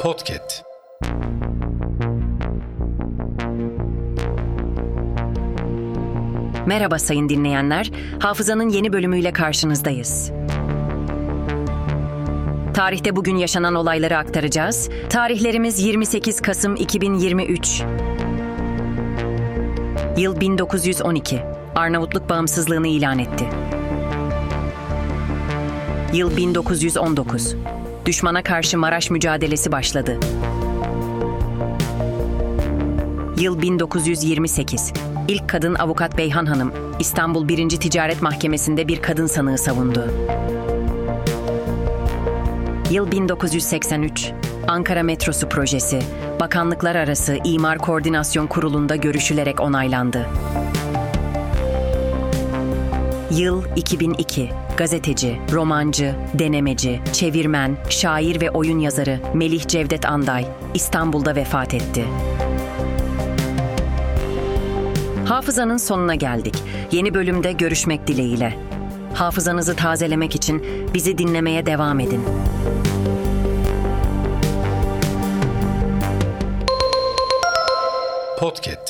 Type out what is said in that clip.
Podcast. Merhaba sayın dinleyenler, Hafızanın yeni bölümüyle karşınızdayız. Tarihte bugün yaşanan olayları aktaracağız. Tarihlerimiz 28 Kasım 2023. Yıl 1912. Arnavutluk bağımsızlığını ilan etti. Yıl 1919. Düşmana karşı Maraş mücadelesi başladı. Yıl 1928. İlk kadın avukat Beyhan Hanım, İstanbul 1. Ticaret Mahkemesi'nde bir kadın sanığı savundu. Yıl 1983. Ankara Metrosu projesi, Bakanlıklar Arası İmar Koordinasyon Kurulu'nda görüşülerek onaylandı. Yıl 2002. Gazeteci, romancı, denemeci, çevirmen, şair ve oyun yazarı Melih Cevdet Anday, İstanbul'da vefat etti. Hafızanın sonuna geldik. Yeni bölümde görüşmek dileğiyle. Hafızanızı tazelemek için bizi dinlemeye devam edin. Podcast.